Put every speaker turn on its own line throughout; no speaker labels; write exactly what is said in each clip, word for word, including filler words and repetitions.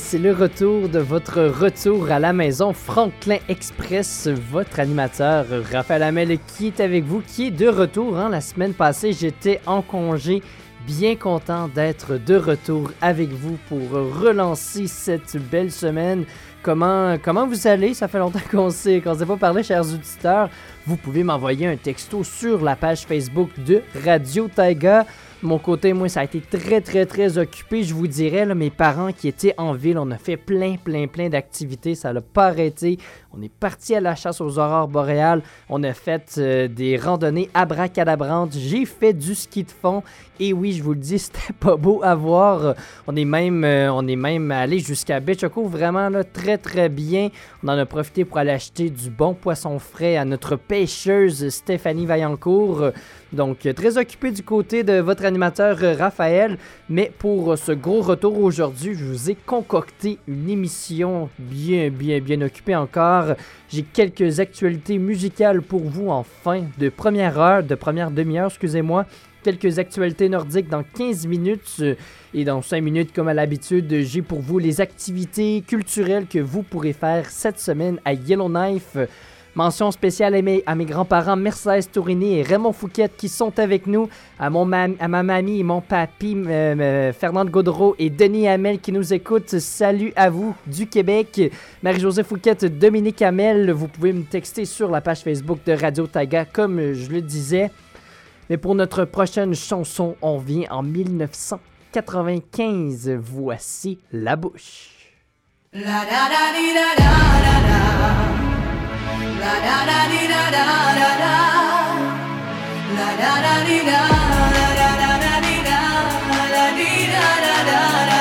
c'est le retour de votre retour à la maison Franklin Express, votre animateur Raphaël Hamel qui est avec vous, qui est de retour. Hein? La semaine passée, j'étais en congé, bien content d'être de retour avec vous pour relancer cette belle semaine. Comment, comment vous allez? Ça fait longtemps qu'on s'est, qu'on s'est pas parlé, chers auditeurs. Vous pouvez m'envoyer un texto sur la page Facebook de Radio Taiga. De mon côté, moi, ça a été très, très, très occupé. Je vous dirais, là, mes parents qui étaient en ville, on a fait plein, plein, plein d'activités. Ça n'a pas arrêté. On est parti à la chasse aux aurores boréales. On a fait euh, des randonnées abracadabrantes. J'ai fait du ski de fond. Et oui, je vous le dis, c'était pas beau à voir. On est même, euh, on est même allé jusqu'à Béchoco. Vraiment, là, très, très bien. On en a profité pour aller acheter du bon poisson frais à notre pêcheuse Stéphanie Vaillancourt. Donc, très occupé du côté de votre animateur Raphaël, mais pour ce gros retour aujourd'hui, je vous ai concocté une émission bien, bien, bien occupée encore. J'ai quelques actualités musicales pour vous en fin de première heure, de première demi-heure, excusez-moi. Quelques actualités nordiques dans quinze minutes et dans cinq minutes, comme à l'habitude, j'ai pour vous les activités culturelles que vous pourrez faire cette semaine à Yellowknife. Mention spéciale à mes, à mes grands-parents Mercedes Tourini et Raymond Fouquet qui sont avec nous, à, mon mam- à ma mamie et mon papy euh, euh, Fernande Gaudreau et Denis Hamel qui nous écoutent. Salut à vous du Québec. Marie-Josée Fouquet, Dominique Hamel, vous pouvez me texter sur la page Facebook de Radio Taiga comme je le disais. Mais pour notre prochaine chanson, on vient en dix-neuf cent quatre-vingt-quinze. Voici La Bouche. La da da di da da da da. La da da di da da da da. La da da di da da da da di da da di da da da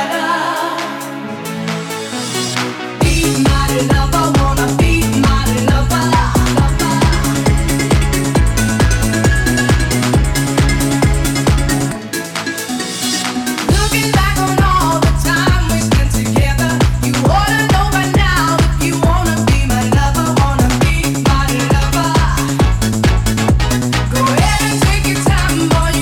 da. Be my lover, wanna be my lover. Looking back on all the time we spent together, you oughta know by now if you wanna be my lover, wanna be my lover. Go ahead and take your time, boy.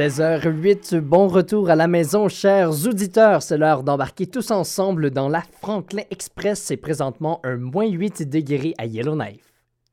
seize heures huit, bon retour à la maison, chers auditeurs. C'est l'heure d'embarquer tous ensemble dans la Franklin Express. C'est présentement un moins huit degrés à Yellowknife.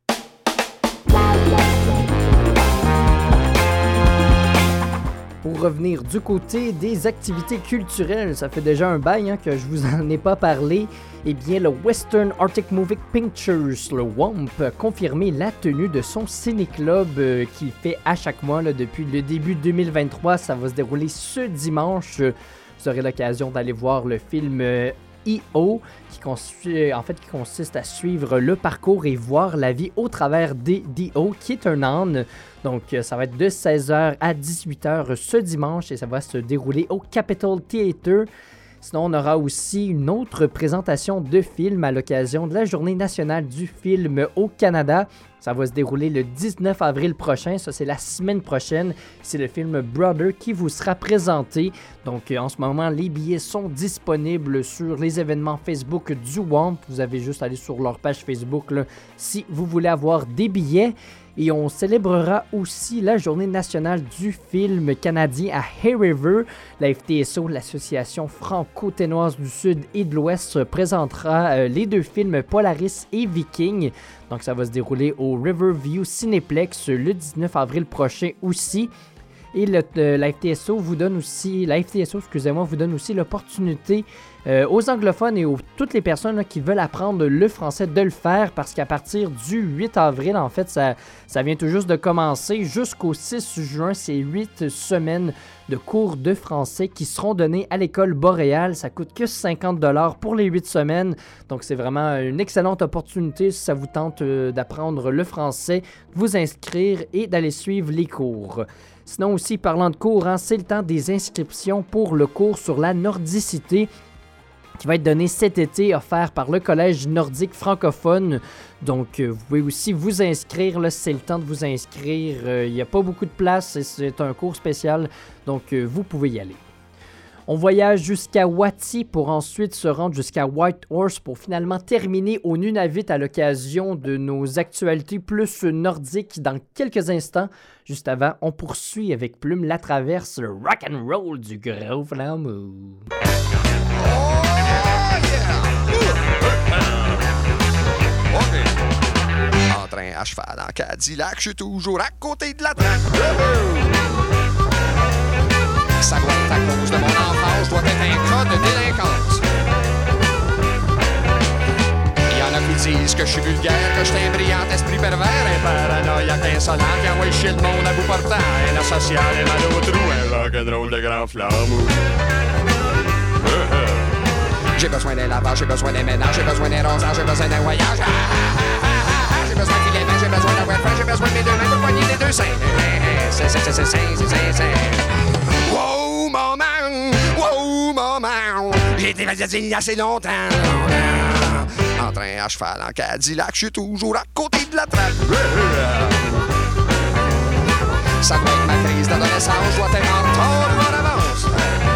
Pour revenir du côté des activités culturelles, ça fait déjà un bail hein, que je vous en ai pas parlé. Eh bien, le Western Arctic Moving Pictures, le W A M P, a confirmé la tenue de son ciné-club euh, qu'il fait à chaque mois là, depuis le début deux mille vingt-trois. Ça va se dérouler ce dimanche. Vous aurez l'occasion d'aller voir le film euh, E O, qui, consu- en fait, qui consiste à suivre le parcours et voir la vie au travers des D O, qui est un âne. Donc, ça va être de seize heures à dix-huit heures ce dimanche et ça va se dérouler au Capitol Theatre. Sinon, on aura aussi une autre présentation de film à l'occasion de la Journée nationale du film au Canada. Ça va se dérouler le dix-neuf avril prochain. Ça, c'est la semaine prochaine. C'est le film Brother qui vous sera présenté. Donc, en ce moment, les billets sont disponibles sur les événements Facebook du W A M P. Vous avez juste à aller sur leur page Facebook là, si vous voulez avoir des billets. Et on célébrera aussi la Journée nationale du film canadien à Hay River. La F T S O, l'Association franco-ténoise du Sud et de l'Ouest, présentera euh, les deux films Polaris et Viking. Donc ça va se dérouler au Riverview Cineplex le dix-neuf avril prochain aussi. Et le, euh, la F T S O vous donne aussi, la F T S O, excusez-moi, vous donne aussi l'opportunité euh, aux anglophones et aux toutes les personnes là, qui veulent apprendre le français de le faire parce qu'à partir du huit avril, en fait, ça, ça vient tout juste de commencer jusqu'au six juin, c'est huit semaines de cours de français qui seront donnés à l'école Boréal. Ça coûte que cinquante dollars pour les huit semaines. Donc, c'est vraiment une excellente opportunité si ça vous tente euh, d'apprendre le français, de vous inscrire et d'aller suivre les cours. Sinon aussi, parlant de cours, hein, c'est le temps des inscriptions pour le cours sur la nordicité qui va être donné cet été, offert par le Collège nordique francophone. Donc, euh, vous pouvez aussi vous inscrire, là, c'est le temps de vous inscrire. Il euh, n'y a pas beaucoup de place, et c'est un cours spécial, donc euh, vous pouvez y aller. On voyage jusqu'à Wati pour ensuite se rendre jusqu'à Whitehorse pour finalement terminer au Nunavut à l'occasion de nos actualités plus nordiques dans quelques instants. Juste avant, on poursuit avec Plume la Traverse, le rock and roll du Gros Flambeau.
Oh yeah! OK. En train à cheval en Cadillac, je suis toujours à côté de la traque. Ça doit être à cause de mon enfance, je dois être un cas de délinquance. Il y en a qui disent que je suis vulgaire, que je suis un brillant esprit pervers, un paranoïaque insolent qui envoie chier le monde à bout portant, un asocial, un mal au trou, un rock'n'roll de grand flambeau. J'ai besoin d'un lavage, j'ai besoin d'un ménage, j'ai besoin d'un rosage, j'ai besoin d'un voyage. J'ai besoin de filet main, j'ai besoin d'un webfan, j'ai besoin de mes deux mains pour poigner les deux seins. C'est, c'est, c'est, c'est, c'est, c'est, c'est. Wow, maman, wow, maman, j'ai été magazine il y a assez longtemps. En train à cheval en Cadillac, je suis toujours à côté de la traque. Ça doit être ma crise d'adolescence, je dois être en retard ou en avance.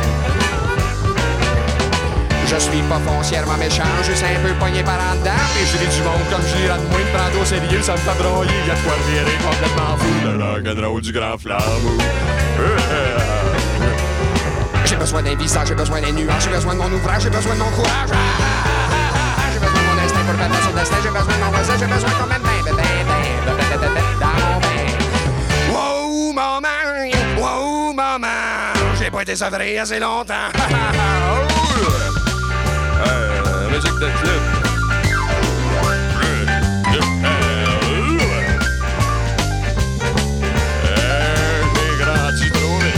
Je suis pas foncièrement méchant, juste un peu pogné par en dedans. Et je ris du monde comme je dirais de moi, me prendre au sérieux, ça me fait broyer. Y'a de quoi virer complètement fou, le rock'n'roll du grand flambeau. J'ai besoin d'un visage, j'ai besoin des nuages, j'ai besoin de mon ouvrage, j'ai besoin de mon courage. J'ai besoin de mon instinct pour faire son destin, j'ai besoin de mon voisin, j'ai besoin quand même ben, ben, ben, ben, ben, ben, dans mon bain. Wow, maman, wow, maman, j'ai pas été sevré assez longtemps. Euh, musique de club. Euh, j'ai grandi trop vite.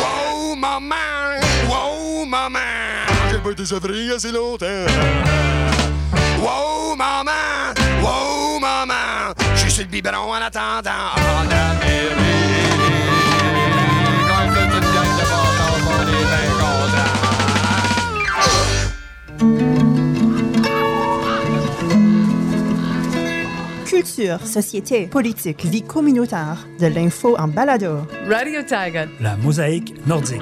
J'ai pas été sevré assez longtemps. Wow, maman! Wow, maman! Je suis sur le biberon en attendant. En Amérique, quand toute une gang de bâtards, on est bien contents.
Culture, société, politique, vie communautaire, de l'info en balado.
Radio Taiga.
La mosaïque nordique.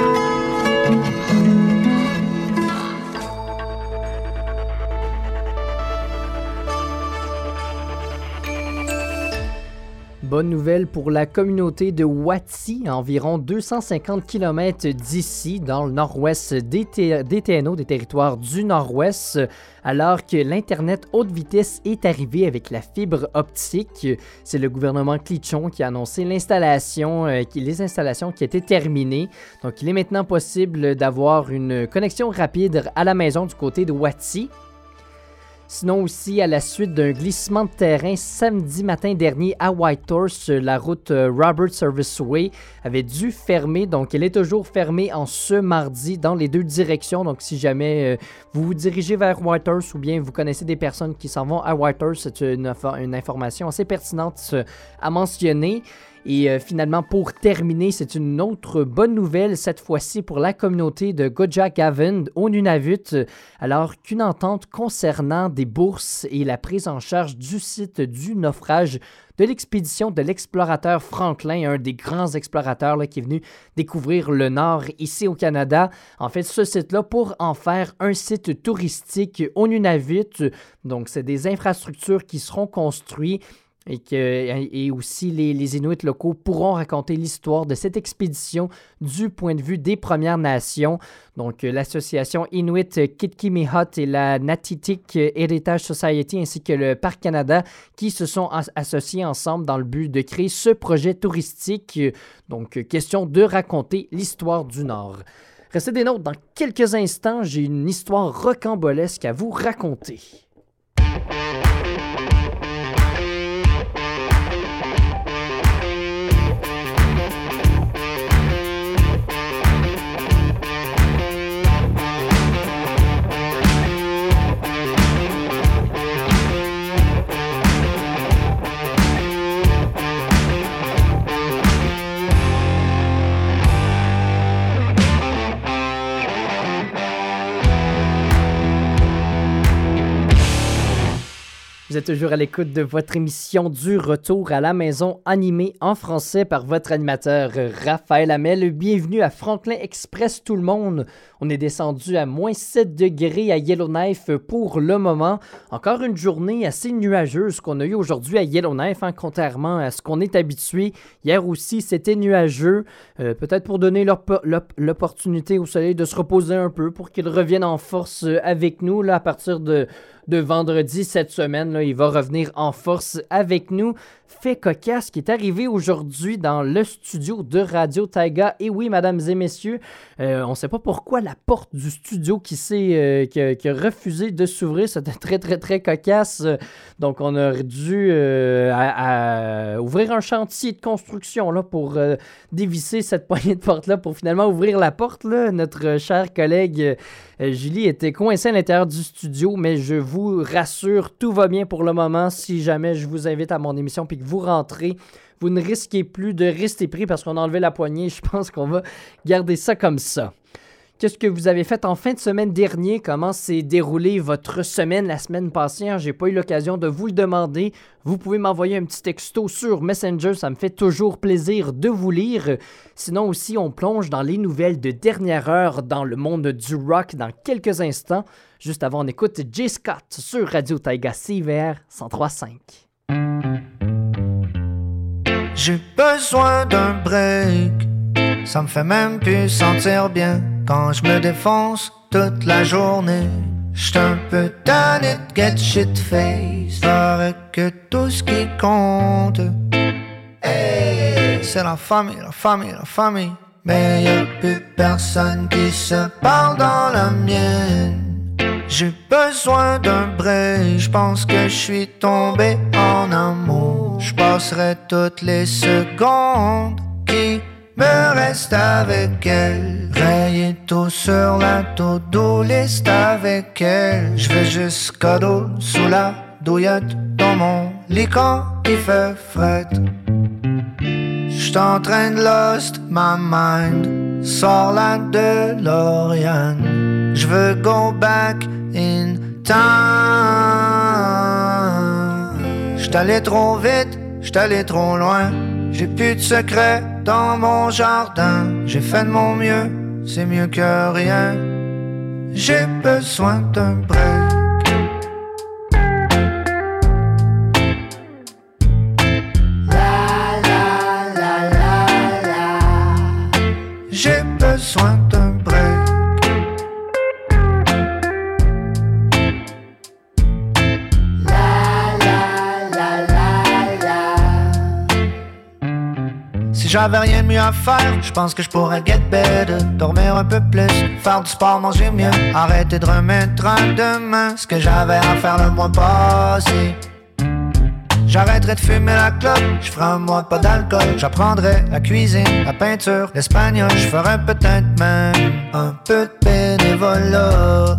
Bonne nouvelle pour la communauté de Wati, à environ deux cent cinquante kilomètres d'ici, dans le nord-ouest des, T- des T N O, des territoires du nord-ouest, alors que l'Internet haute vitesse est arrivé avec la fibre optique. C'est le gouvernement Clichon qui a annoncé l'installation, euh, qui, les installations qui étaient terminées. Donc, il est maintenant possible d'avoir une connexion rapide à la maison du côté de Wati. Sinon aussi, à la suite d'un glissement de terrain samedi matin dernier à Whitehorse, la route Robert Service Way avait dû fermer. Donc, elle est toujours fermée en ce mardi dans les deux directions. Donc, si jamais euh, vous vous dirigez vers Whitehorse ou bien vous connaissez des personnes qui s'en vont à Whitehorse, c'est une, une information assez pertinente euh, à mentionner. Et euh, finalement, pour terminer, c'est une autre bonne nouvelle, cette fois-ci pour la communauté de Gojagaven au Nunavut, alors qu'une entente concernant des bourses et la prise en charge du site du naufrage de l'expédition de l'explorateur Franklin, un des grands explorateurs là, qui est venu découvrir le Nord ici au Canada. En fait, ce site-là, pour en faire un site touristique au Nunavut, donc c'est des infrastructures qui seront construites. Et, que, et aussi, les, les Inuits locaux pourront raconter l'histoire de cette expédition du point de vue des Premières Nations. Donc, l'association Inuit Kitkimihut et la Natitik Heritage Society ainsi que le Parc Canada qui se sont as- associés ensemble dans le but de créer ce projet touristique. Donc, question de raconter l'histoire du Nord. Restez des nôtres, dans quelques instants, j'ai une histoire rocambolesque à vous raconter. Vous êtes toujours à l'écoute de votre émission du Retour à la maison animée en français par votre animateur Raphaël Hamel. Bienvenue à Franklin Express tout le monde. On est descendu à moins sept degrés à Yellowknife pour le moment. Encore une journée assez nuageuse qu'on a eue aujourd'hui à Yellowknife, hein, contrairement à ce qu'on est habitué. Hier aussi, c'était nuageux. Euh, peut-être pour donner l'op- l'op- l'opportunité au soleil de se reposer un peu pour qu'il revienne en force avec nous là, à partir de... de vendredi cette semaine. Là, il va revenir en force avec nous. Fait cocasse qui est arrivé aujourd'hui dans le studio de Radio Taiga. Et oui, mesdames et messieurs, euh, on ne sait pas pourquoi la porte du studio qui, s'est, euh, qui, a, qui a refusé de s'ouvrir, c'était très, très, très cocasse. Donc, on aurait dû euh, à, à ouvrir un chantier de construction là, pour euh, dévisser cette poignée de porte-là, pour finalement ouvrir la porte. Là. Notre chère collègue euh, Julie était coincée à l'intérieur du studio, mais je vous rassure, tout va bien pour le moment. Si jamais je vous invite à mon émission puis que vous rentrez, vous ne risquez plus de rester pris parce qu'on a enlevé la poignée. Je pense qu'on va garder ça comme ça. Qu'est-ce que vous avez fait en fin de semaine dernier? Comment s'est déroulée votre semaine la semaine passée? J'ai pas eu l'occasion de vous le demander. Vous pouvez m'envoyer un petit texto sur Messenger. Ça me fait toujours plaisir de vous lire. Sinon aussi, on plonge dans les nouvelles de dernière heure dans le monde du rock dans quelques instants. Juste avant, on écoute J. Scott sur Radio Taiga C V R cent trois virgule cinq.
J'ai besoin d'un break. Ça me fait même plus sentir bien quand je me défonce toute la journée. J'suis un peu tanné de get shit face. Paraît que tout ce qui compte, hey, c'est la famille, la famille, la famille. Mais y'a plus personne qui se parle dans la mienne. J'ai besoin d'un break. J'pense que je suis tombé en amour. J'passerai toutes les secondes qui me restent reste avec elle. Rayé tout sur la to-do list avec elle. Je vais juste cadeau sous la douillette dans mon lit quand il fait fret. J'suis en train de lost my mind. Sors la DeLorean. J'veux go back in time. J'suis allé trop vite, j'suis allé trop loin. J'ai plus de secrets dans mon jardin. J'ai fait de mon mieux, c'est mieux que rien. J'ai besoin d'un break. La la la la la. J'ai besoin d'un break. Si j'avais rien de mieux à faire, je pense que je pourrais get better. Dormir un peu plus, faire du sport, manger mieux. Arrêter de remettre à demain ce que j'avais à faire le mois passé. J'arrêterai de fumer la clope, je ferai un mois pas d'alcool. J'apprendrai la cuisine, la peinture, l'espagnol. Je ferai peut-être même un peu de bénévolat.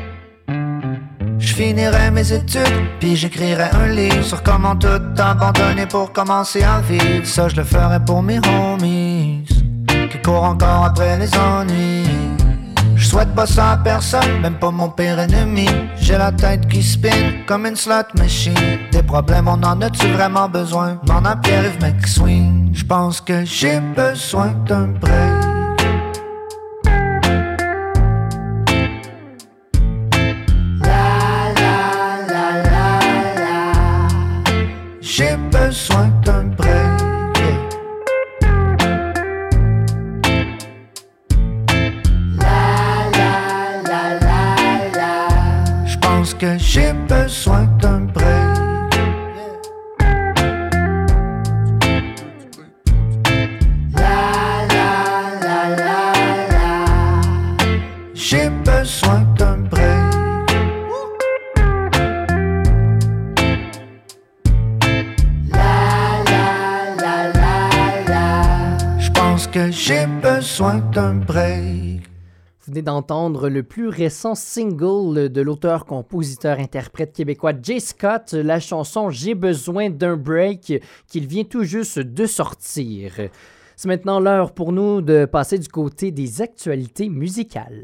Je finirai mes études, puis j'écrirai un livre sur comment tout abandonner pour commencer à vivre. Ça je le ferai pour mes homies qui courent encore après les ennuis. Je souhaite pas ça à personne, même pas mon pire ennemi. J'ai la tête qui spin comme une slot machine. Des problèmes, on en a-tu vraiment besoin? M'en a Pierre-Yves McSween. Je pense que j'ai besoin d'un break. J'ai besoin d'un break. La la la la la. Je pense que j'ai besoin d'un break. La la la la la. J'ai besoin d'un break. Que j'ai besoin d'un break.
Vous venez d'entendre le plus récent single de l'auteur, compositeur, interprète québécois Jay Scott, la chanson J'ai besoin d'un break qu'il vient tout juste de sortir. C'est maintenant l'heure pour nous de passer du côté des actualités musicales.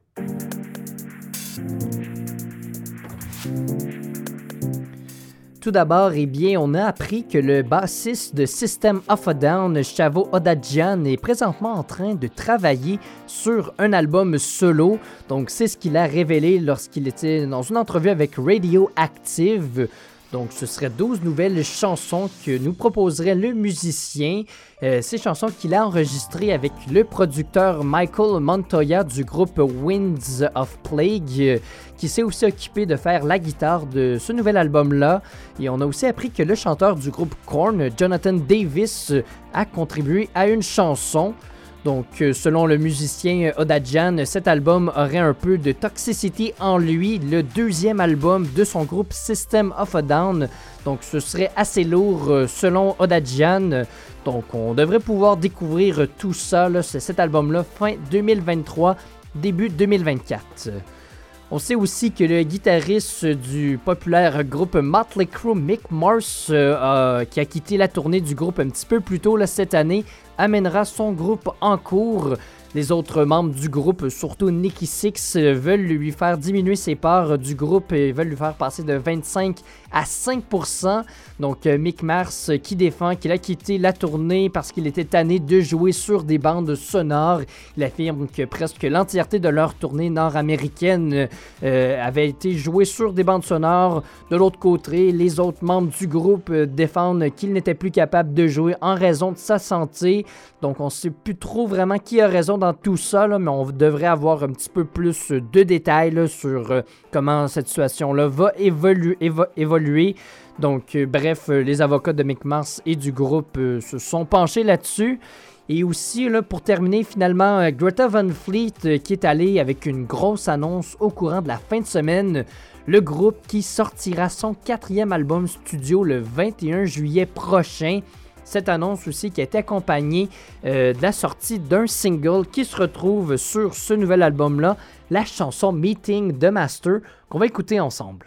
Tout d'abord, eh bien, on a appris que le bassiste de System of a Down, Chavo Odadjian, est présentement en train de travailler sur un album solo. Donc, c'est ce qu'il a révélé lorsqu'il était dans une entrevue avec Radioactive. Donc, ce serait douze nouvelles chansons que nous proposerait le musicien. Euh, ces chansons qu'il a enregistrées avec le producteur Michael Montoya du groupe Winds of Plague, euh, qui s'est aussi occupé de faire la guitare de ce nouvel album-là. Et on a aussi appris que le chanteur du groupe Korn, Jonathan Davis, euh, a contribué à une chanson. Donc, euh, selon le musicien Odadjian, cet album aurait un peu de toxicity en lui, le deuxième album de son groupe System of a Down. Donc, ce serait assez lourd euh, selon Odadjian. Donc, on devrait pouvoir découvrir tout ça, là, cet album-là, fin deux mille vingt-trois, début deux mille vingt-quatre. On sait aussi que le guitariste du populaire groupe Motley Crue, Mick Mars, euh, euh, qui a quitté la tournée du groupe un petit peu plus tôt là, cette année, amènera son groupe en cours. Les autres membres du groupe, surtout Nikki Sixx, veulent lui faire diminuer ses parts du groupe et veulent lui faire passer de vingt-cinq à cinq pour cent. Donc Mick Mars qui défend qu'il a quitté la tournée parce qu'il était tanné de jouer sur des bandes sonores. Il affirme que presque l'entièreté de leur tournée nord-américaine euh, avait été jouée sur des bandes sonores. De l'autre côté, les autres membres du groupe défendent qu'il n'était plus capable de jouer en raison de sa santé. Donc on ne sait plus trop vraiment qui a raison dans tout ça, là, mais on devrait avoir un petit peu plus de détails là, sur euh, comment cette situation-là va évolu- évo- évoluer. Donc, euh, bref, euh, les avocats de Mick Mars et du groupe euh, se sont penchés là-dessus. Et aussi, là, pour terminer, finalement, euh, Greta Van Fleet euh, qui est allée avec une grosse annonce au courant de la fin de semaine. Le groupe qui sortira son quatrième album studio le vingt et un juillet prochain. Cette annonce aussi qui est accompagnée euh, de la sortie d'un single qui se retrouve sur ce nouvel album-là, la chanson Meeting the Master, qu'on va écouter ensemble.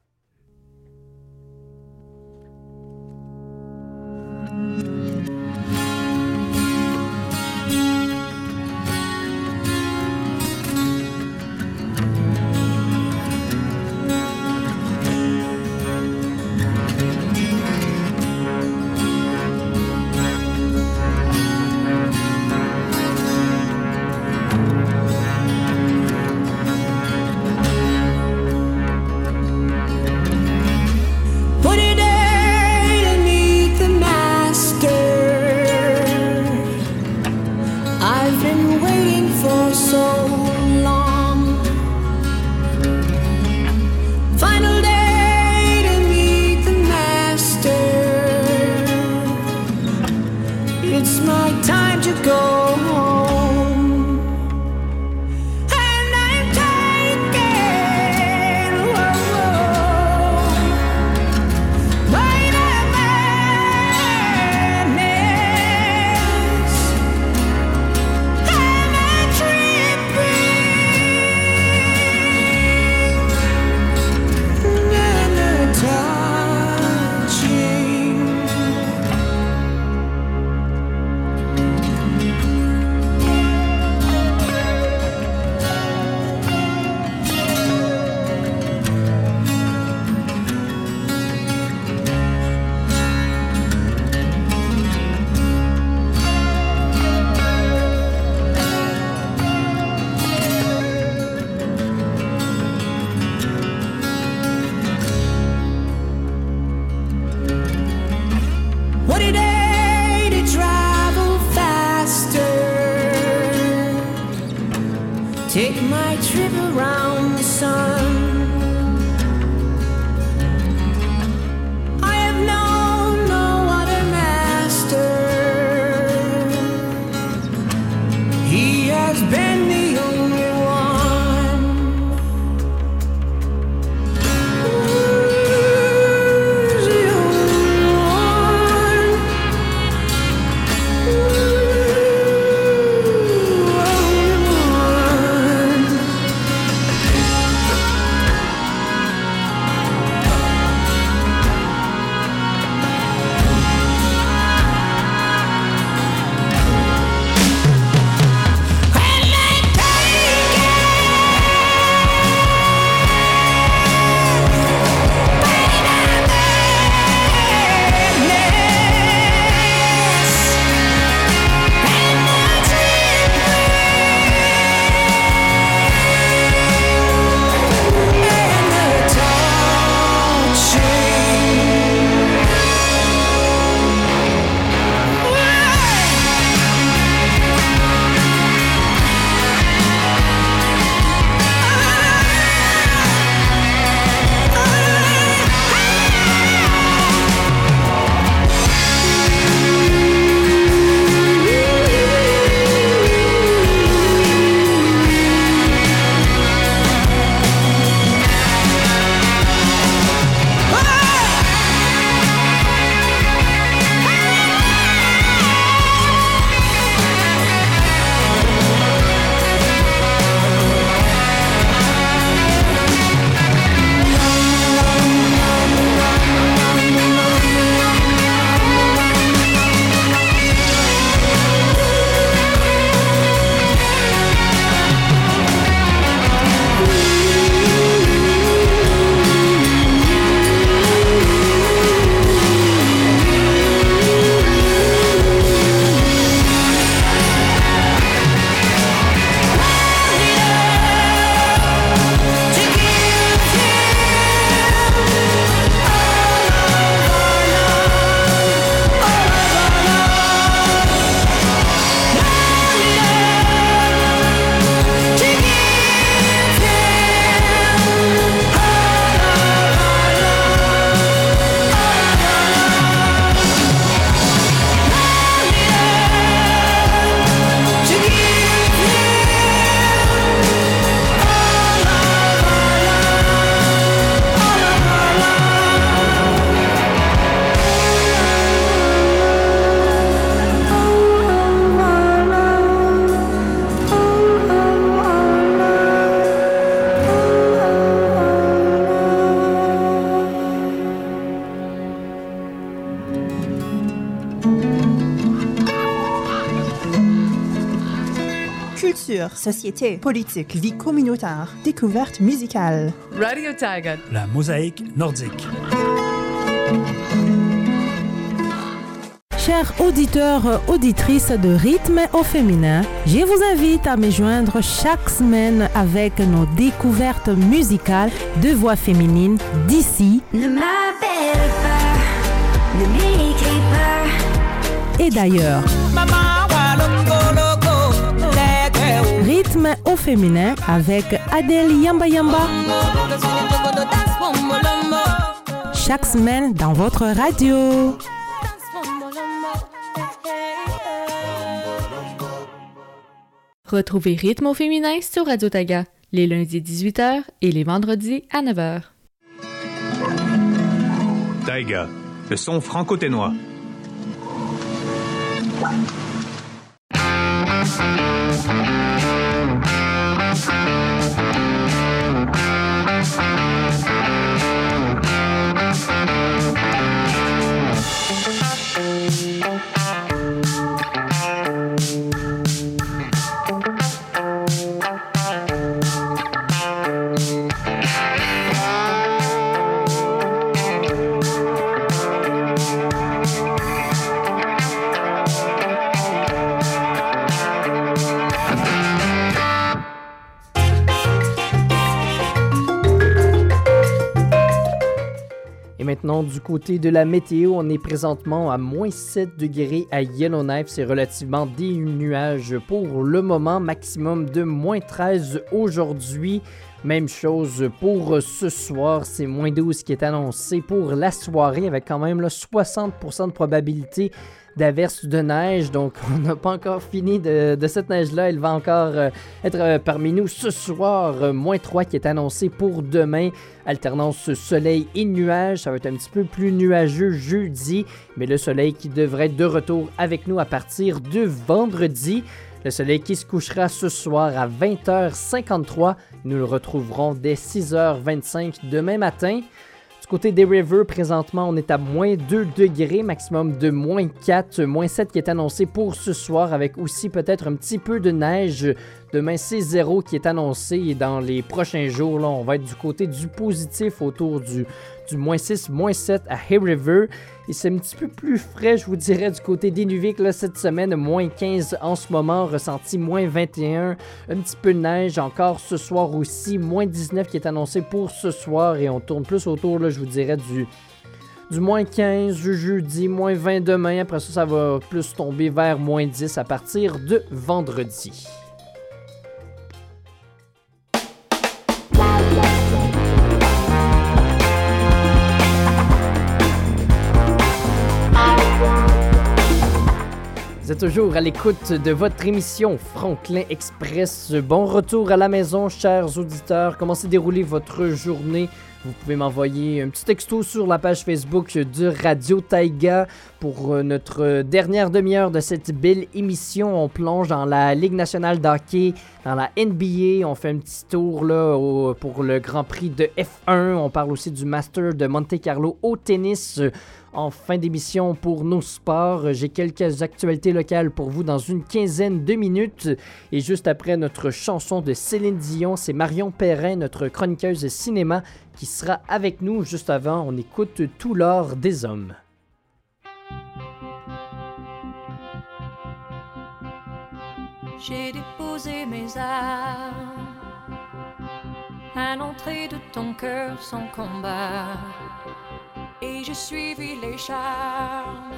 Take my trip around the sun. I have known no other master. He has been the only one. Who's the only one? Ooh, only one. And
Culture, société, politique, vie communautaire, découverte musicale.
Radio Taiga.
La mosaïque nordique.
Chers auditeurs, auditrices de Rythme au féminin, je vous invite à me joindre chaque semaine avec nos découvertes musicales de voix féminines d'ici.
Ne m'appelle pas, ne m'écris pas.
Et d'ailleurs. Rythme au féminin avec Adèle Yamba Yamba. Chaque semaine dans votre radio.
Retrouvez Rythme au féminin sur Radio Taiga, les lundis dix-huit heures et les vendredis à neuf heures.
Taiga, le son franco-ténois.
Maintenant, du côté de la météo, on est présentement à moins sept degrés à Yellowknife. C'est relativement des nuages pour le moment. Maximum de moins treize aujourd'hui. Même chose pour ce soir. C'est moins douze qui est annoncé pour la soirée avec quand même là, soixante pour cent de probabilité d'averse de neige. Donc, on n'a pas encore fini de, de cette neige-là. Elle va encore euh, être euh, parmi nous ce soir. Euh, moins trois qui est annoncé pour demain. Alternance soleil et nuages. Ça va être un petit peu plus nuageux jeudi. Mais le soleil qui devrait être de retour avec nous à partir de vendredi. Le soleil qui se couchera ce soir à vingt heures cinquante-trois. Nous le retrouverons dès six heures vingt-cinq demain matin. Du côté des rivers, présentement, on est à moins deux degrés, maximum de moins quatre, moins sept qui est annoncé pour ce soir, avec aussi peut-être un petit peu de neige. Demain, c'est zéro qui est annoncé et dans les prochains jours, là, on va être du côté du positif autour du, du moins six, moins sept à Hay River. Et c'est un petit peu plus frais, je vous dirais, du côté d'Inuvik, là, cette semaine, moins quinze en ce moment, ressenti moins vingt et un, un petit peu de neige encore ce soir aussi, moins dix-neuf qui est annoncé pour ce soir et on tourne plus autour, là, je vous dirais, du, du moins quinze le jeudi, moins vingt demain, après ça, ça va plus tomber vers moins dix à partir de vendredi. Vous êtes toujours à l'écoute de votre émission Franklin Express. Bon retour à la maison, chers auditeurs. Comment s'est déroulée votre journée? Vous pouvez m'envoyer un petit texto sur la page Facebook de Radio Taiga pour notre dernière demi-heure de cette belle émission. On plonge dans la Ligue nationale de hockey, dans la N B A. On fait un petit tour là, au, pour le Grand Prix de F un. On parle aussi du Master de Monte Carlo au tennis. En fin d'émission pour nos sports, j'ai quelques actualités locales pour vous dans une quinzaine de minutes. Et juste après notre chanson de Céline Dion, c'est Marion Perrin, notre chroniqueuse cinéma, qui sera avec nous. Juste avant, on écoute Tout l'or des hommes.
J'ai déposé mes armes à l'entrée de ton cœur sans combat. Et j'ai suivi les charmes,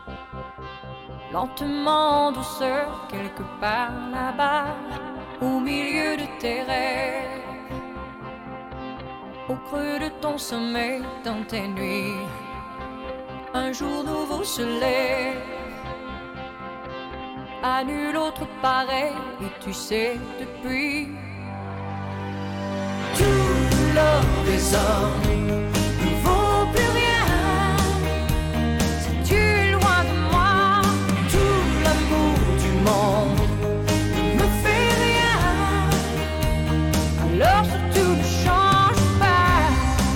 lentement en douceur, quelque part là-bas, au milieu de tes rêves, au creux de ton sommeil, dans tes nuits. Un jour nouveau se lève, à nul autre pareil, et tu sais depuis, tout l'or des hommes ne vaut plus rien. Ne me fait rien, alors surtout ne change pas.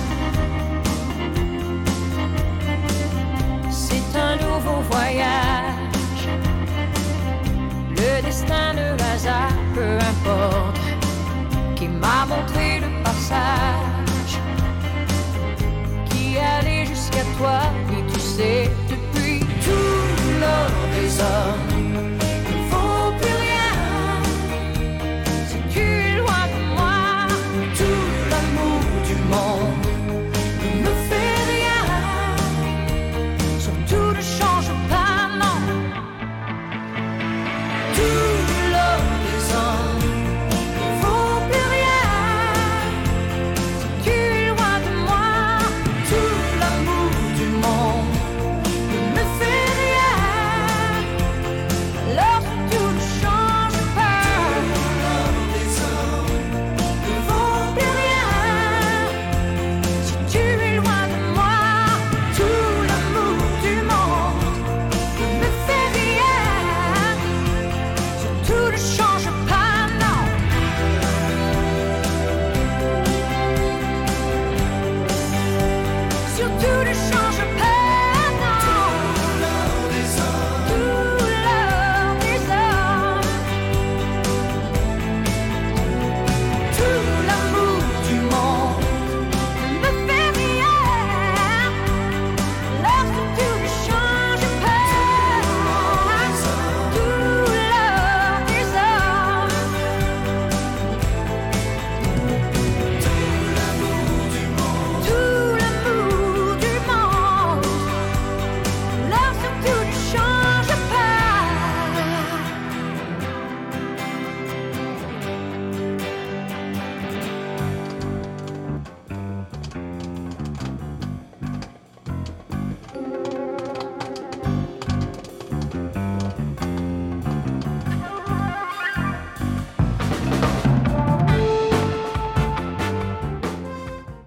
C'est un nouveau voyage, le destin de hasard peut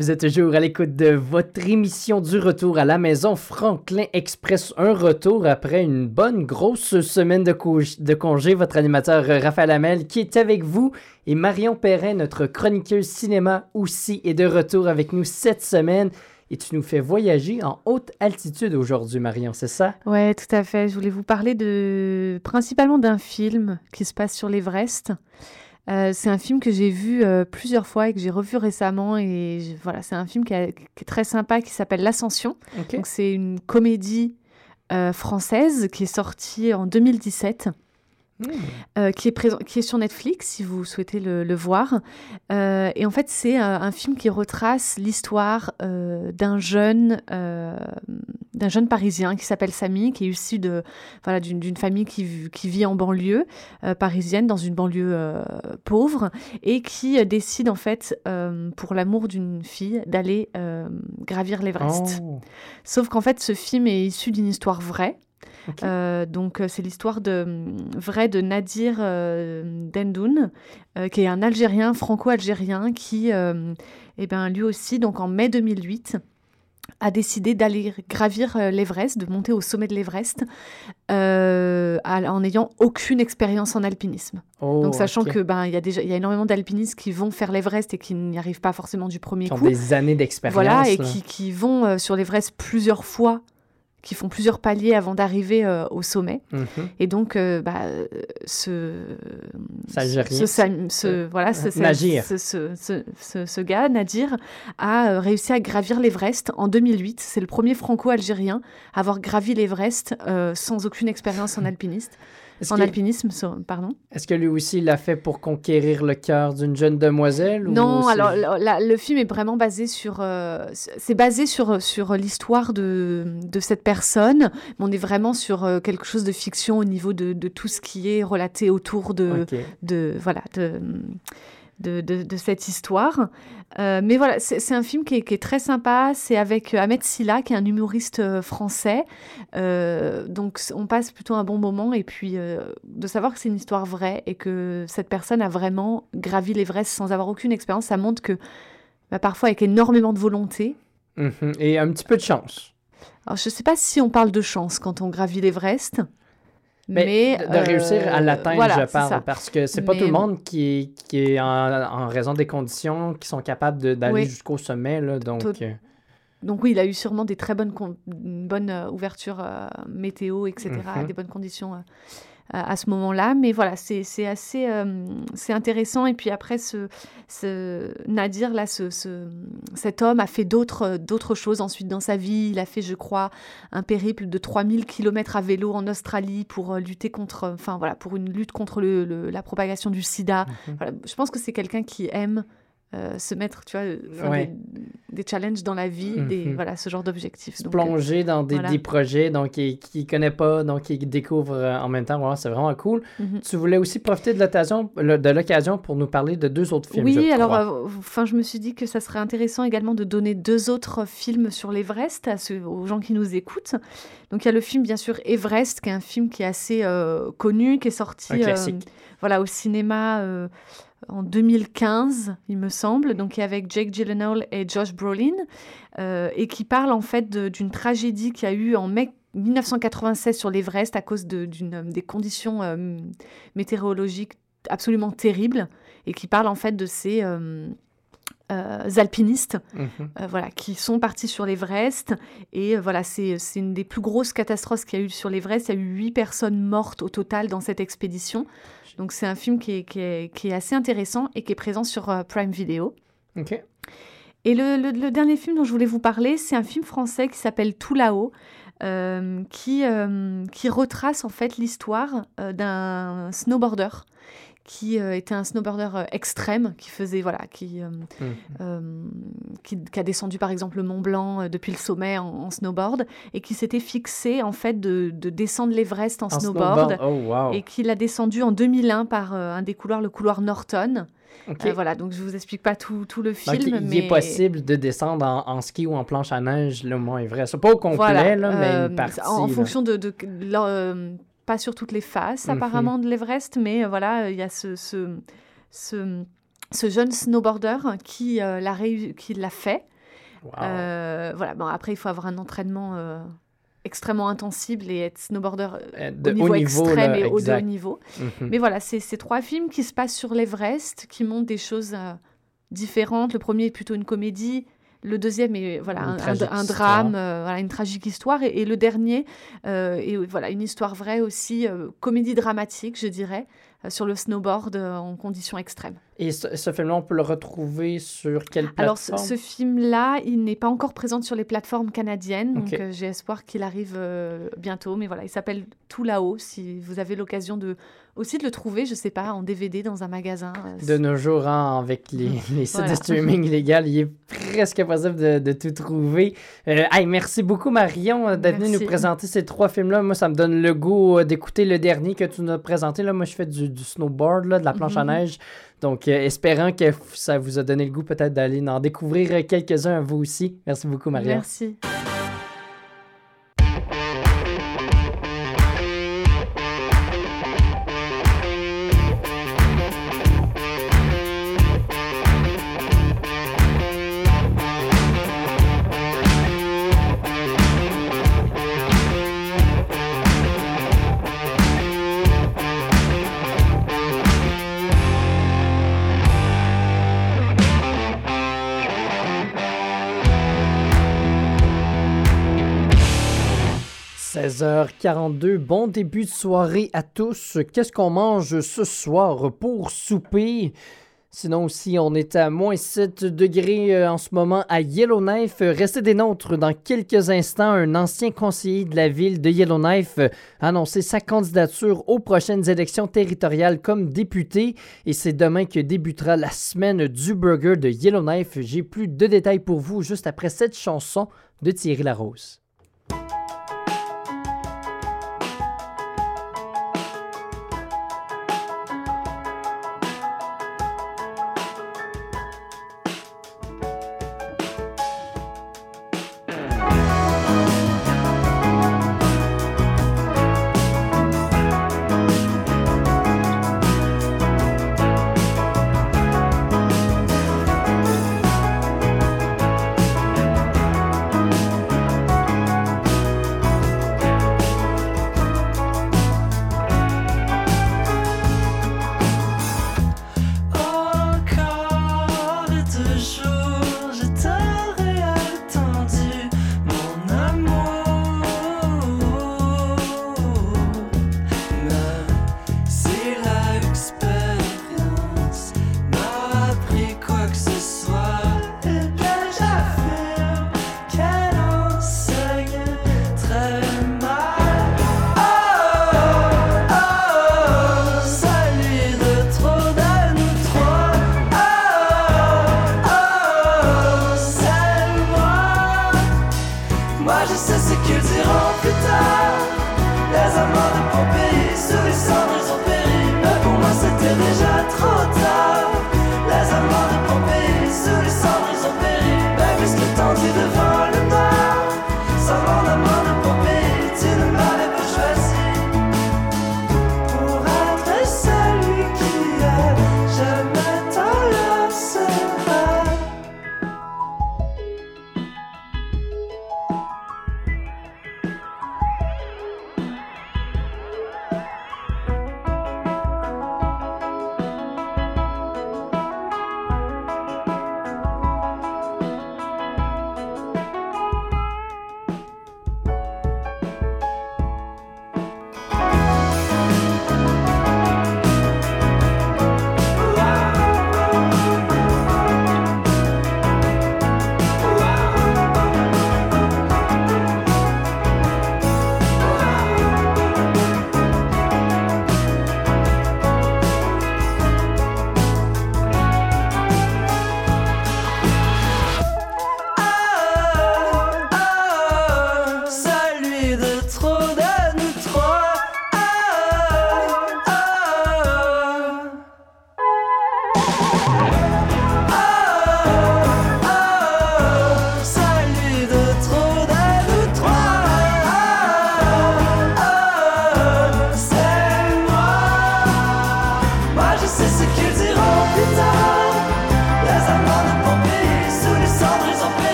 Vous êtes toujours à l'écoute de votre émission du retour à la maison Franklin Express. Un retour après une bonne grosse semaine de, co- de congé. Votre animateur Raphaël Hamel qui est avec vous et Marion Perrin, notre chroniqueuse cinéma aussi, est de retour avec nous cette semaine. Et tu nous fais voyager en haute altitude aujourd'hui, Marion, c'est ça?
Ouais, tout à fait. Je voulais vous parler de principalement d'un film qui se passe sur l'Everest. Euh, c'est un film que j'ai vu euh, plusieurs fois et que j'ai revu récemment. Et je- voilà, c'est un film qui, a- qui est très sympa, qui s'appelle L'Ascension.
OK.
Donc, c'est une comédie euh, française qui est sortie en deux mille dix-sept.
Mmh.
Euh, qui, est présent, qui est sur Netflix, si vous souhaitez le, le voir. Euh, et en fait, c'est euh, un film qui retrace l'histoire euh, d'un jeune, euh, d'un jeune Parisien qui s'appelle Samy, qui est issu de, voilà, d'une, d'une famille qui, v- qui vit en banlieue euh, parisienne, dans une banlieue euh, pauvre, et qui euh, décide, en fait, euh, pour l'amour d'une fille, d'aller euh, gravir l'Everest.
Oh.
Sauf qu'en fait, ce film est issu d'une histoire vraie.
OK.
Euh, donc, euh, c'est l'histoire de, hum, vraie de Nadir euh, Dendoun, euh, qui est un Algérien, franco-algérien, qui, euh, eh ben, lui aussi, donc en mai deux mille huit, a décidé d'aller gravir euh, l'Everest, de monter au sommet de l'Everest, euh, à- en n'ayant aucune expérience en alpinisme.
Oh,
donc, sachant
OK.
que ben, il y a déjà, il y a énormément d'alpinistes qui vont faire l'Everest et qui n'y arrivent pas forcément du premier
Qui ont
coup.
des années d'expérience.
Voilà, et
là.
qui, qui vont euh, sur l'Everest plusieurs fois, qui font plusieurs paliers avant d'arriver euh, au sommet.
Mhm.
Et donc, euh, bah, euh, ce,
C'est algérien.
ce, Sam- ce-
Euh,
voilà, ce, ce-
Nadir.
ce, ce, ce, ce- ce gars, Nadir, a euh, réussi à gravir l'Everest en deux mille huit. C'est le premier franco-algérien à avoir gravi l'Everest euh, sans aucune expérience en alpiniste.
Est-ce
En
que-
alpinisme, so- pardon.
Est-ce que lui aussi il l'a fait pour conquérir le cœur d'une jeune demoiselle? ou
Non,
c'est-
alors la- la- le film est vraiment basé sur, euh, c'est basé sur sur l'histoire de de cette personne, mais on est vraiment sur euh, quelque chose de fiction au niveau de de tout ce qui est relaté autour de
OK.
de voilà de de, de, de cette histoire. Euh, mais voilà, c'est c'est un film qui est, qui est très sympa. C'est avec Ahmed Silla, qui est un humoriste euh, français. Euh, donc, c- on passe plutôt un bon moment. Et puis, euh, de savoir que c'est une histoire vraie et que cette personne a vraiment gravi l'Everest sans avoir aucune expérience, ça montre que bah, parfois, avec énormément de volonté.
Mhm. Et un petit peu de chance.
Alors, je ne sais pas si on parle de chance quand on gravit l'Everest.
Mais,
Mais,
de, de réussir à
euh,
l'atteindre,
voilà,
je
c'est
parle,
ça.
parce que c'est pas
Mais-
tout le monde qui est, qui est en, en raison des conditions qui sont capables de- d'aller
Oui.
jusqu'au sommet, là, donc...
Tout-
euh,
Donc oui, il a eu sûrement des très bonnes, con- une bonne euh, ouverture euh, météo, et cetera,
Mhm.
des bonnes conditions euh, à à ce moment-là. Mais voilà, c'est c'est assez euh, c'est intéressant. Et puis après, ce, ce Nadir, là, ce, ce- cet homme a fait d'autres d'autres choses ensuite dans sa vie. Il a fait, je crois, un périple de trois mille kilomètres à vélo en Australie pour euh, lutter contre, enfin voilà, pour une lutte contre le, le- la propagation du sida.
Mhm.
Voilà, je pense que c'est quelqu'un qui aime euh, se mettre, tu vois, euh, enfin,
Ouais.
des, des challenges dans la vie, des,
Mhm.
voilà, ce genre d'objectifs.
se
Donc, euh,
plonger dans des,
voilà.
des projets donc qui ne connaît pas, donc qui découvre euh, en même temps. Voilà, c'est vraiment cool.
Mhm.
Tu voulais aussi profiter de l'occasion, le- de l'occasion pour nous parler de deux autres films,
Oui,
je
alors,
crois.
euh, enfin, je me suis dit que ça serait intéressant également de donner deux autres films sur l'Everest à ceux, aux gens qui nous écoutent. Donc, il y a le film, bien sûr, Everest, qui est un film qui est assez euh, connu, qui est sorti
Un
euh,
classique.
voilà, au cinéma euh, en deux mille quinze, il me semble, donc qui est avec Jake Gyllenhaal et Josh Brolin, euh, et qui parle en fait de- d'une tragédie qu'il y a eu en mai mille neuf cent quatre-vingt-seize sur l'Everest à cause de, d'une, des conditions euh, météorologiques absolument terribles, et qui parle en fait de ces euh, euh, alpinistes
Mhm.
euh, voilà, qui sont partis sur l'Everest. Et euh, voilà, c'est, c'est une des plus grosses catastrophes qu'il y a eu sur l'Everest. Il y a eu huit personnes mortes au total dans cette expédition. Donc c'est un film qui est, qui est, qui est assez intéressant et qui est présent sur euh, Prime Video.
OK.
Et le, le- le dernier film dont je voulais vous parler, c'est un film français qui s'appelle Tout là-haut, euh, qui, euh, qui retrace en fait l'histoire euh, d'un snowboarder qui euh, était un snowboarder euh, extrême, qui faisait voilà, qui, euh,
Mhm.
euh, qui, qui a descendu par exemple le Mont Blanc euh, depuis le sommet en, en snowboard, et qui s'était fixé en fait de, de descendre l'Everest en,
En
snowboard,
snowboard, oh, wow.
et qui l'a descendu en deux mille un par euh, un des couloirs, le couloir Norton.
OK.
Euh, voilà, donc je vous explique pas tout, tout le film,
Donc, il
mais
est possible de descendre en, en ski ou en planche à neige le Mont Everest. C'est pas au complet,
voilà,
là, mais
euh,
une partie.
en, en
là.
fonction de, de, de leur, euh, pas sur toutes les faces
Mhm.
apparemment de l'Everest, mais euh, voilà, il y a ce, ce, ce, ce jeune snowboarder qui euh, l'a, réu- qui l'a fait.
Wow.
Euh, voilà, bon, après, il faut avoir un entraînement euh, extrêmement intensible et être snowboarder euh,
De
au niveau,
haut niveau,
extrême
là,
et au
exact.
haut niveau.
Mhm.
Mais voilà, c'est ces trois films qui se passent sur l'Everest, qui montrent des choses euh, différentes. Le premier est plutôt une comédie. Le deuxième est voilà,
Une
un, un,
tragique
un
histoire.
drame, euh, voilà, une tragique histoire. Et, et le dernier euh, est voilà, une histoire vraie aussi, euh, comédie dramatique, je dirais, euh, sur le snowboard euh, en conditions extrêmes.
Et ce, ce film-là, on peut le retrouver sur quelle plateforme?
Alors, ce, ce film-là, il n'est pas encore présent sur les plateformes canadiennes, donc
Ok.
euh, j'ai espoir qu'il arrive euh, bientôt. Mais voilà, il s'appelle Tout là-haut, si vous avez l'occasion de, aussi de le trouver, je sais pas, en D V D dans un magasin. euh,
De nos jours, hein, avec les, les sites
Voilà.
de streaming illégal, il est presque possible de, de tout trouver. Euh, hey, merci beaucoup, Marion, euh, d'être venue
Merci.
nous présenter ces trois films-là. Moi, ça me donne le goût euh, d'écouter le dernier que tu nous as présenté. Là. Moi, je fais du, du snowboard, là, de la planche à
Mhm.
neige. Donc, euh, espérant que f- ça vous a donné le goût peut-être d'aller en découvrir euh, quelques-uns, vous aussi. Merci beaucoup, Marion.
Merci.
seize heures quarante-deux, bon début de soirée à tous. Qu'est-ce qu'on mange ce soir pour souper? Sinon aussi, on est à moins sept degrés euh, en ce moment à Yellowknife. Restez des nôtres dans quelques instants. Un ancien conseiller de la ville de Yellowknife euh, a annoncé sa candidature aux prochaines élections territoriales comme député. Et c'est demain que débutera la semaine du burger de Yellowknife. J'ai plus de détails pour vous juste après cette chanson de Thierry Larose.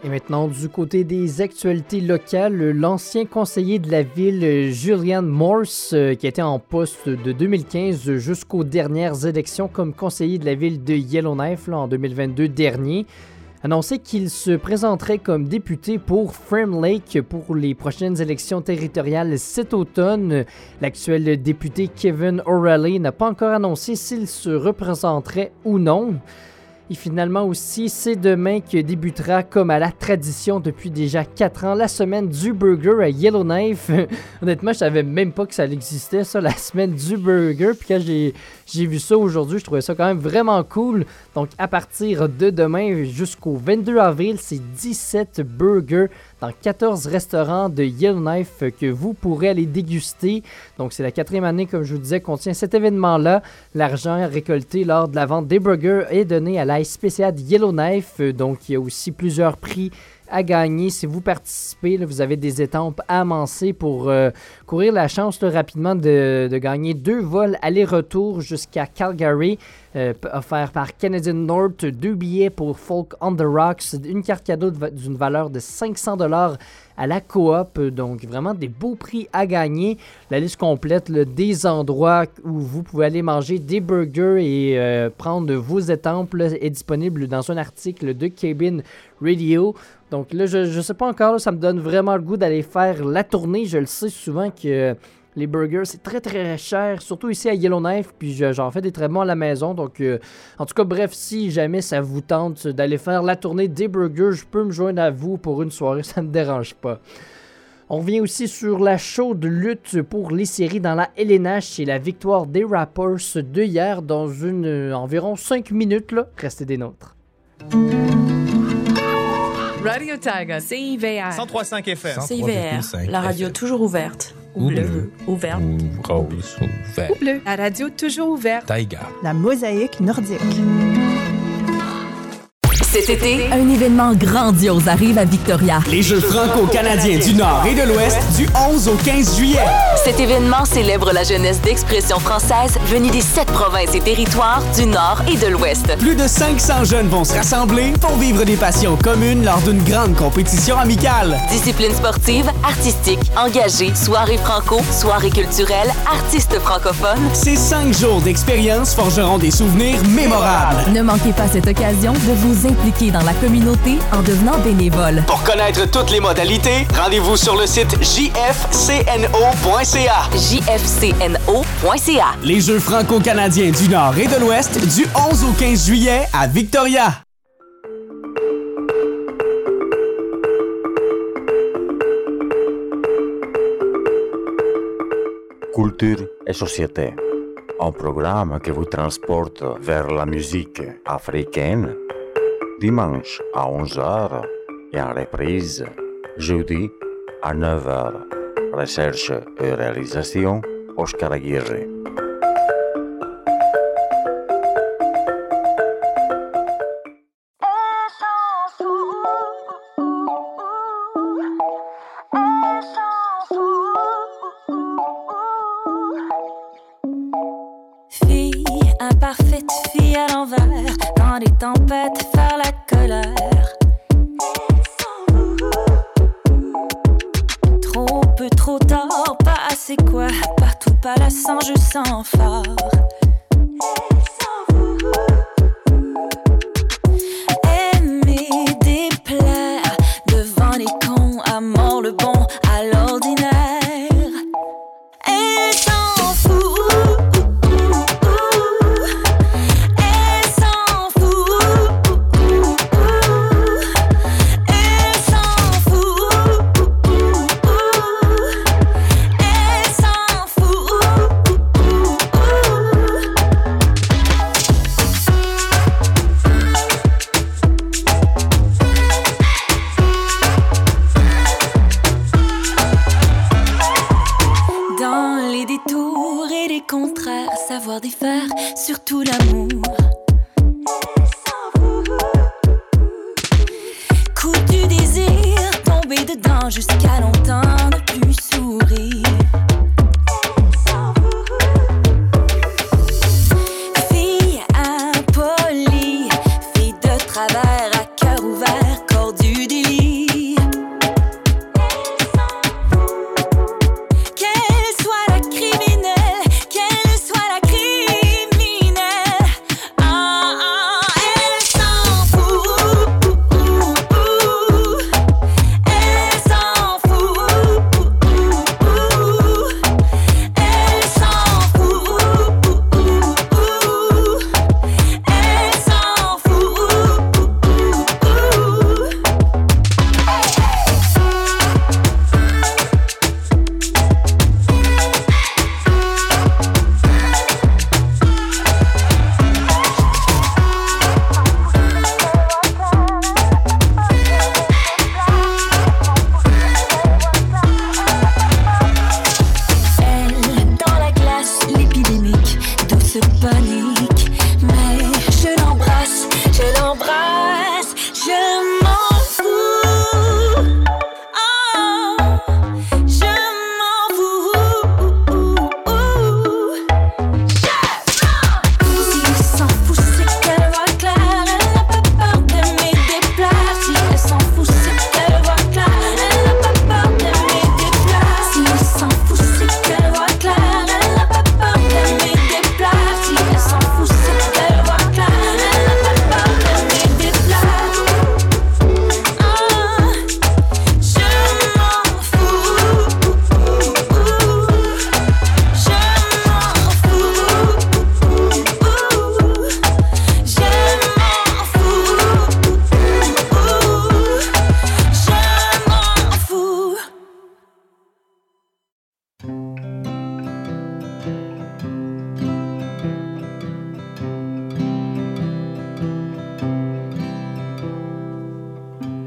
Et maintenant, du côté des actualités locales, l'ancien conseiller de la ville, Julian Morse, qui était en poste de deux mille quinze jusqu'aux dernières élections comme conseiller de la ville de Yellowknife là, en deux mille vingt-deux dernier, annonçait qu'il se présenterait comme député pour Frame Lake pour les prochaines élections territoriales cet automne. L'actuel député Kevin O'Reilly n'a pas encore annoncé s'il se représenterait ou non. Et finalement aussi, c'est demain que débutera, comme à la tradition depuis déjà quatre ans, la semaine du burger à Yellowknife. Honnêtement, je savais même pas que ça existait, ça, la semaine du burger. Puis quand j'ai, j'ai vu ça aujourd'hui, je trouvais ça quand même vraiment cool. Donc, à partir de demain jusqu'au vingt-deux avril, c'est dix-sept burgers dans quatorze restaurants de Yellowknife que vous pourrez aller déguster. Donc, c'est la quatrième année, comme je vous disais, qu'on tient cet événement-là. L'argent récolté lors de la vente des burgers est donné à la S P C A de Yellowknife. Donc, il y a aussi plusieurs prix à gagner. Si vous participez, là, vous avez des étampes à amasser pour euh, courir la chance là, rapidement de, de gagner deux vols aller-retour jusqu'à Calgary, euh, offert par Canadian North, deux billets pour Folk on the Rocks, une carte cadeau de, d'une valeur de cinq cents dollars à la coop. Donc, vraiment des beaux prix à gagner. La liste complète là, des endroits où vous pouvez aller manger des burgers et euh, prendre vos étampes là, est disponible dans un article de Cabin Radio. Donc là, je ne sais pas encore, là, ça me donne vraiment le goût d'aller faire la tournée. Je le sais souvent que les burgers, c'est très très cher, surtout ici à Yellowknife, puis j'en fais des très bons à la maison. Donc, euh, en tout cas, bref, si jamais ça vous tente d'aller faire la tournée des burgers, je peux me joindre à vous pour une soirée, ça ne me dérange pas. On revient aussi sur la chaude lutte pour les séries dans la L N H et la victoire des Raptors de hier dans une euh, environ cinq minutes. Là. Restez des nôtres.
Radio Taiga, C I V R.
cent trois virgule cinq F M.
C I V R, la radio toujours ouverte. Ou bleu. Ouverte.
Ou rose. Ouverte.
Ou bleu. La radio toujours ouverte.
Taiga.
La mosaïque nordique.
Cet été, un événement grandiose arrive à Victoria.
Les Jeux franco-canadiens du Nord et de l'Ouest du onze au quinze juillet.
Cet événement célèbre la jeunesse d'expression française venue des sept provinces et territoires du Nord et de l'Ouest.
Plus de cinq cents jeunes vont se rassembler pour vivre des passions communes lors d'une grande compétition amicale.
Disciplines sportives, artistiques, engagées, soirées franco, soirées culturelles, artistes francophones.
Ces cinq jours d'expérience forgeront des souvenirs mémorables.
Ne manquez pas cette occasion de vous impliquer dans la communauté en devenant bénévole.
Pour connaître toutes les modalités, rendez-vous sur le site j f c n o point c a.
j f c n o point c a.
Les Jeux franco-canadiens du Nord et de l'Ouest du onze au quinze juillet à Victoria.
Culture et société. Un programme qui vous transporte vers la musique africaine. Dimanche à onze heures et en reprise jeudi à neuf heures. Recherche et réalisation, Oscar Aguirre.
Fille, imparfaite, fille à l'envers, dans les tempêtes, faire la colère. Trop peu, trop tard, pas assez quoi, partout pas la sang, je sens fort. Aimer, déplaire, devant les cons, à mort le bon, à l'ordinaire. Elle s'en fout. Savoir défaire, surtout l'amour. Coup du désir, tomber dedans jusqu'à longtemps ne plus sourire. Fille impolie, fille de travers à cœur ouvert, corps du délire.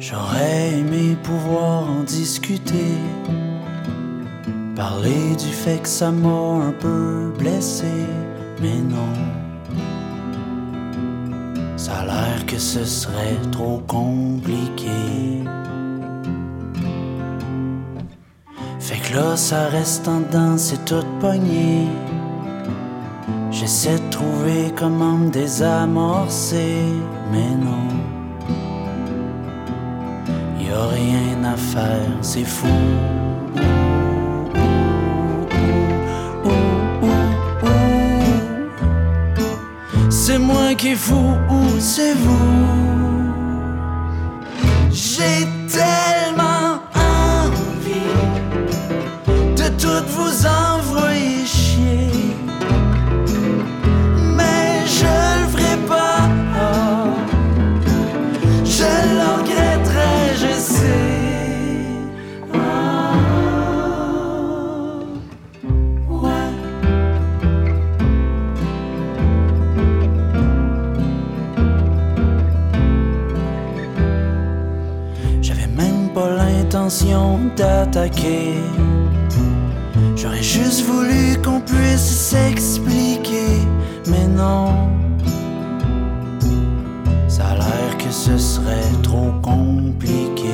J'aurais aimé pouvoir en discuter, parler du fait que ça m'a un peu blessé, mais non. Ça a l'air que ce serait trop compliqué. Fait que là ça reste en dedans, c'est tout pogné. J'essaie de trouver comment me désamorcer, mais non. Y'a rien à faire, c'est fou. C'est moi qui est fou ou c'est vous? J'ai tellement envie de tout vous envoyer chier, mais je le ferai pas. Je le regretterai, je sais. D'attaquer. J'aurais juste voulu qu'on puisse s'expliquer, mais non. Ça a l'air que ce serait trop compliqué.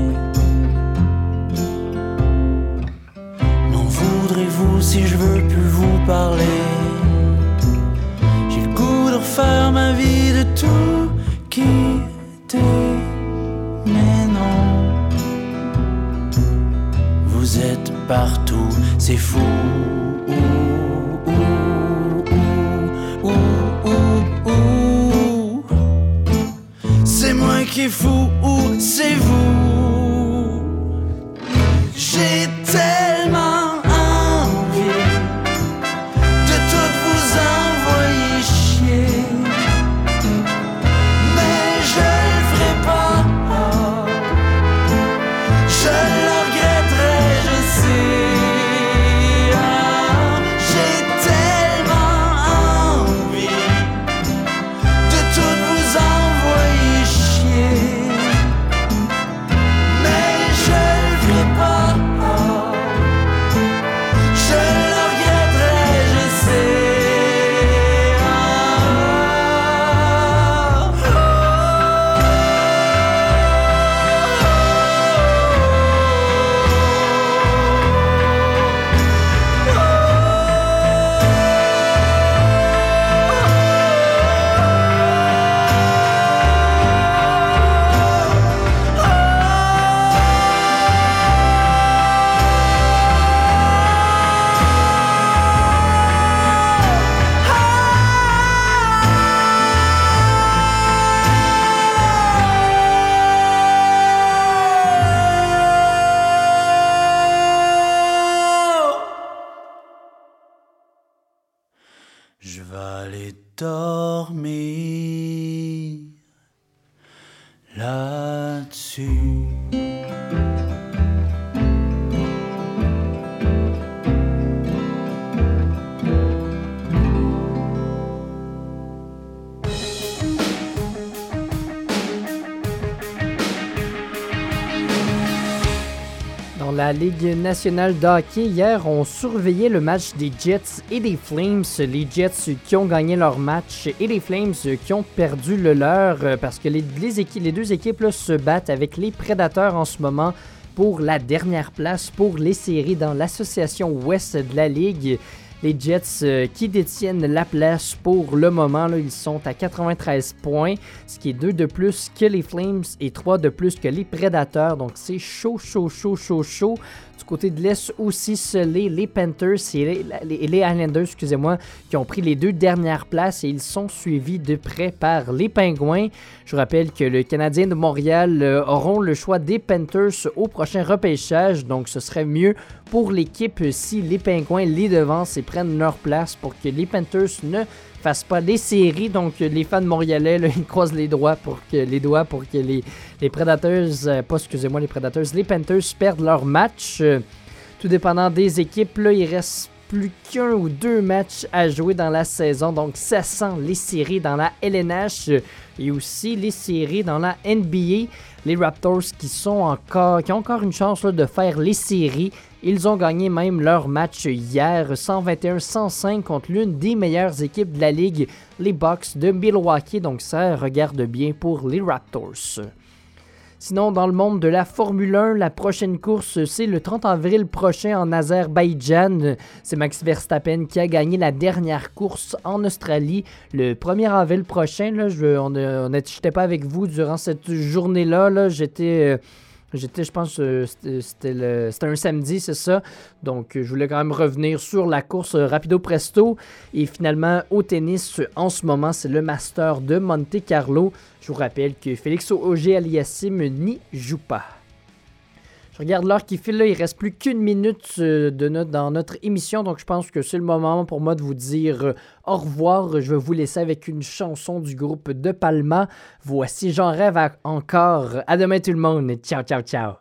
M'en voudrez-vous si je veux plus vous parler? J'ai le goût de refaire ma vie, de tout quitter, mais non. Vous êtes partout, c'est fou. Ouh, ouh, ouh, ouh, ouh. C'est moi qui est fou ou c'est vous? J'ai tellement envie de tout vous envoyer chier, mais je le ferai pas. Je le regretterai. J'ai tellement envie de tout vous envoyer chier, mais je le ferai pas. Je le regretterai, je sais. Je vais aller dormir là-dessus.
Dans la Ligue nationale de hockey, hier, on surveillait le match des Jets et des Flames. Les Jets qui ont gagné leur match et les Flames qui ont perdu le leur parce que les, les, équipes, les deux équipes là, se battent avec les Prédateurs en ce moment pour la dernière place pour les séries dans l'association Ouest de la Ligue. Les Jets euh, qui détiennent la place pour le moment, là, ils sont à quatre-vingt-treize points, ce qui est deux de plus que les Flames et trois de plus que les Prédateurs. Donc c'est chaud, chaud, chaud, chaud, chaud. Du côté de l'Est aussi, les, les Panthers et les, les, les Islanders, excusez-moi, qui ont pris les deux dernières places et ils sont suivis de près par les Pingouins. Je vous rappelle que le Canadien de Montréal euh, auront le choix des Panthers au prochain repêchage, donc ce serait mieux pour l'équipe si les Pingouins les devancent et prennent leur place pour que les Panthers ne fassent pas les séries. Donc les fans montréalais, là, ils croisent les doigts pour que les doigts pour que les, les Predators, euh, pas excusez-moi les Predators, les Panthers perdent leur match. Euh, tout dépendant des équipes, là, il reste plus qu'un ou deux matchs à jouer dans la saison. Donc ça sent les séries dans la L N H et aussi les séries dans la N B A. Les Raptors qui sont encore, qui ont encore une chance là, de faire les séries. Ils ont gagné même leur match hier, cent vingt et un à cent cinq contre l'une des meilleures équipes de la ligue, les Bucks de Milwaukee. Donc ça regarde bien pour les Raptors. Sinon, dans le monde de la Formule un, la prochaine course, c'est le trente avril prochain en Azerbaïdjan. C'est Max Verstappen qui a gagné la dernière course en Australie le premier avril prochain. Là, je, on n'était pas avec vous durant cette journée-là. Là, j'étais... Euh, J'étais, je pense, euh, c'était, c'était, le, c'était un samedi, c'est ça. Donc, je voulais quand même revenir sur la course euh, rapido presto. Et finalement, au tennis, en ce moment, c'est le Master de Monte Carlo. Je vous rappelle que Félix Auger-Aliassime n'y joue pas. Je regarde l'heure qui file là, il reste plus qu'une minute euh, de notre, dans notre émission, donc je pense que c'est le moment pour moi de vous dire euh, au revoir. Je vais vous laisser avec une chanson du groupe De Palma. Voici J'en rêve encore. À demain tout le monde. Ciao, ciao, ciao.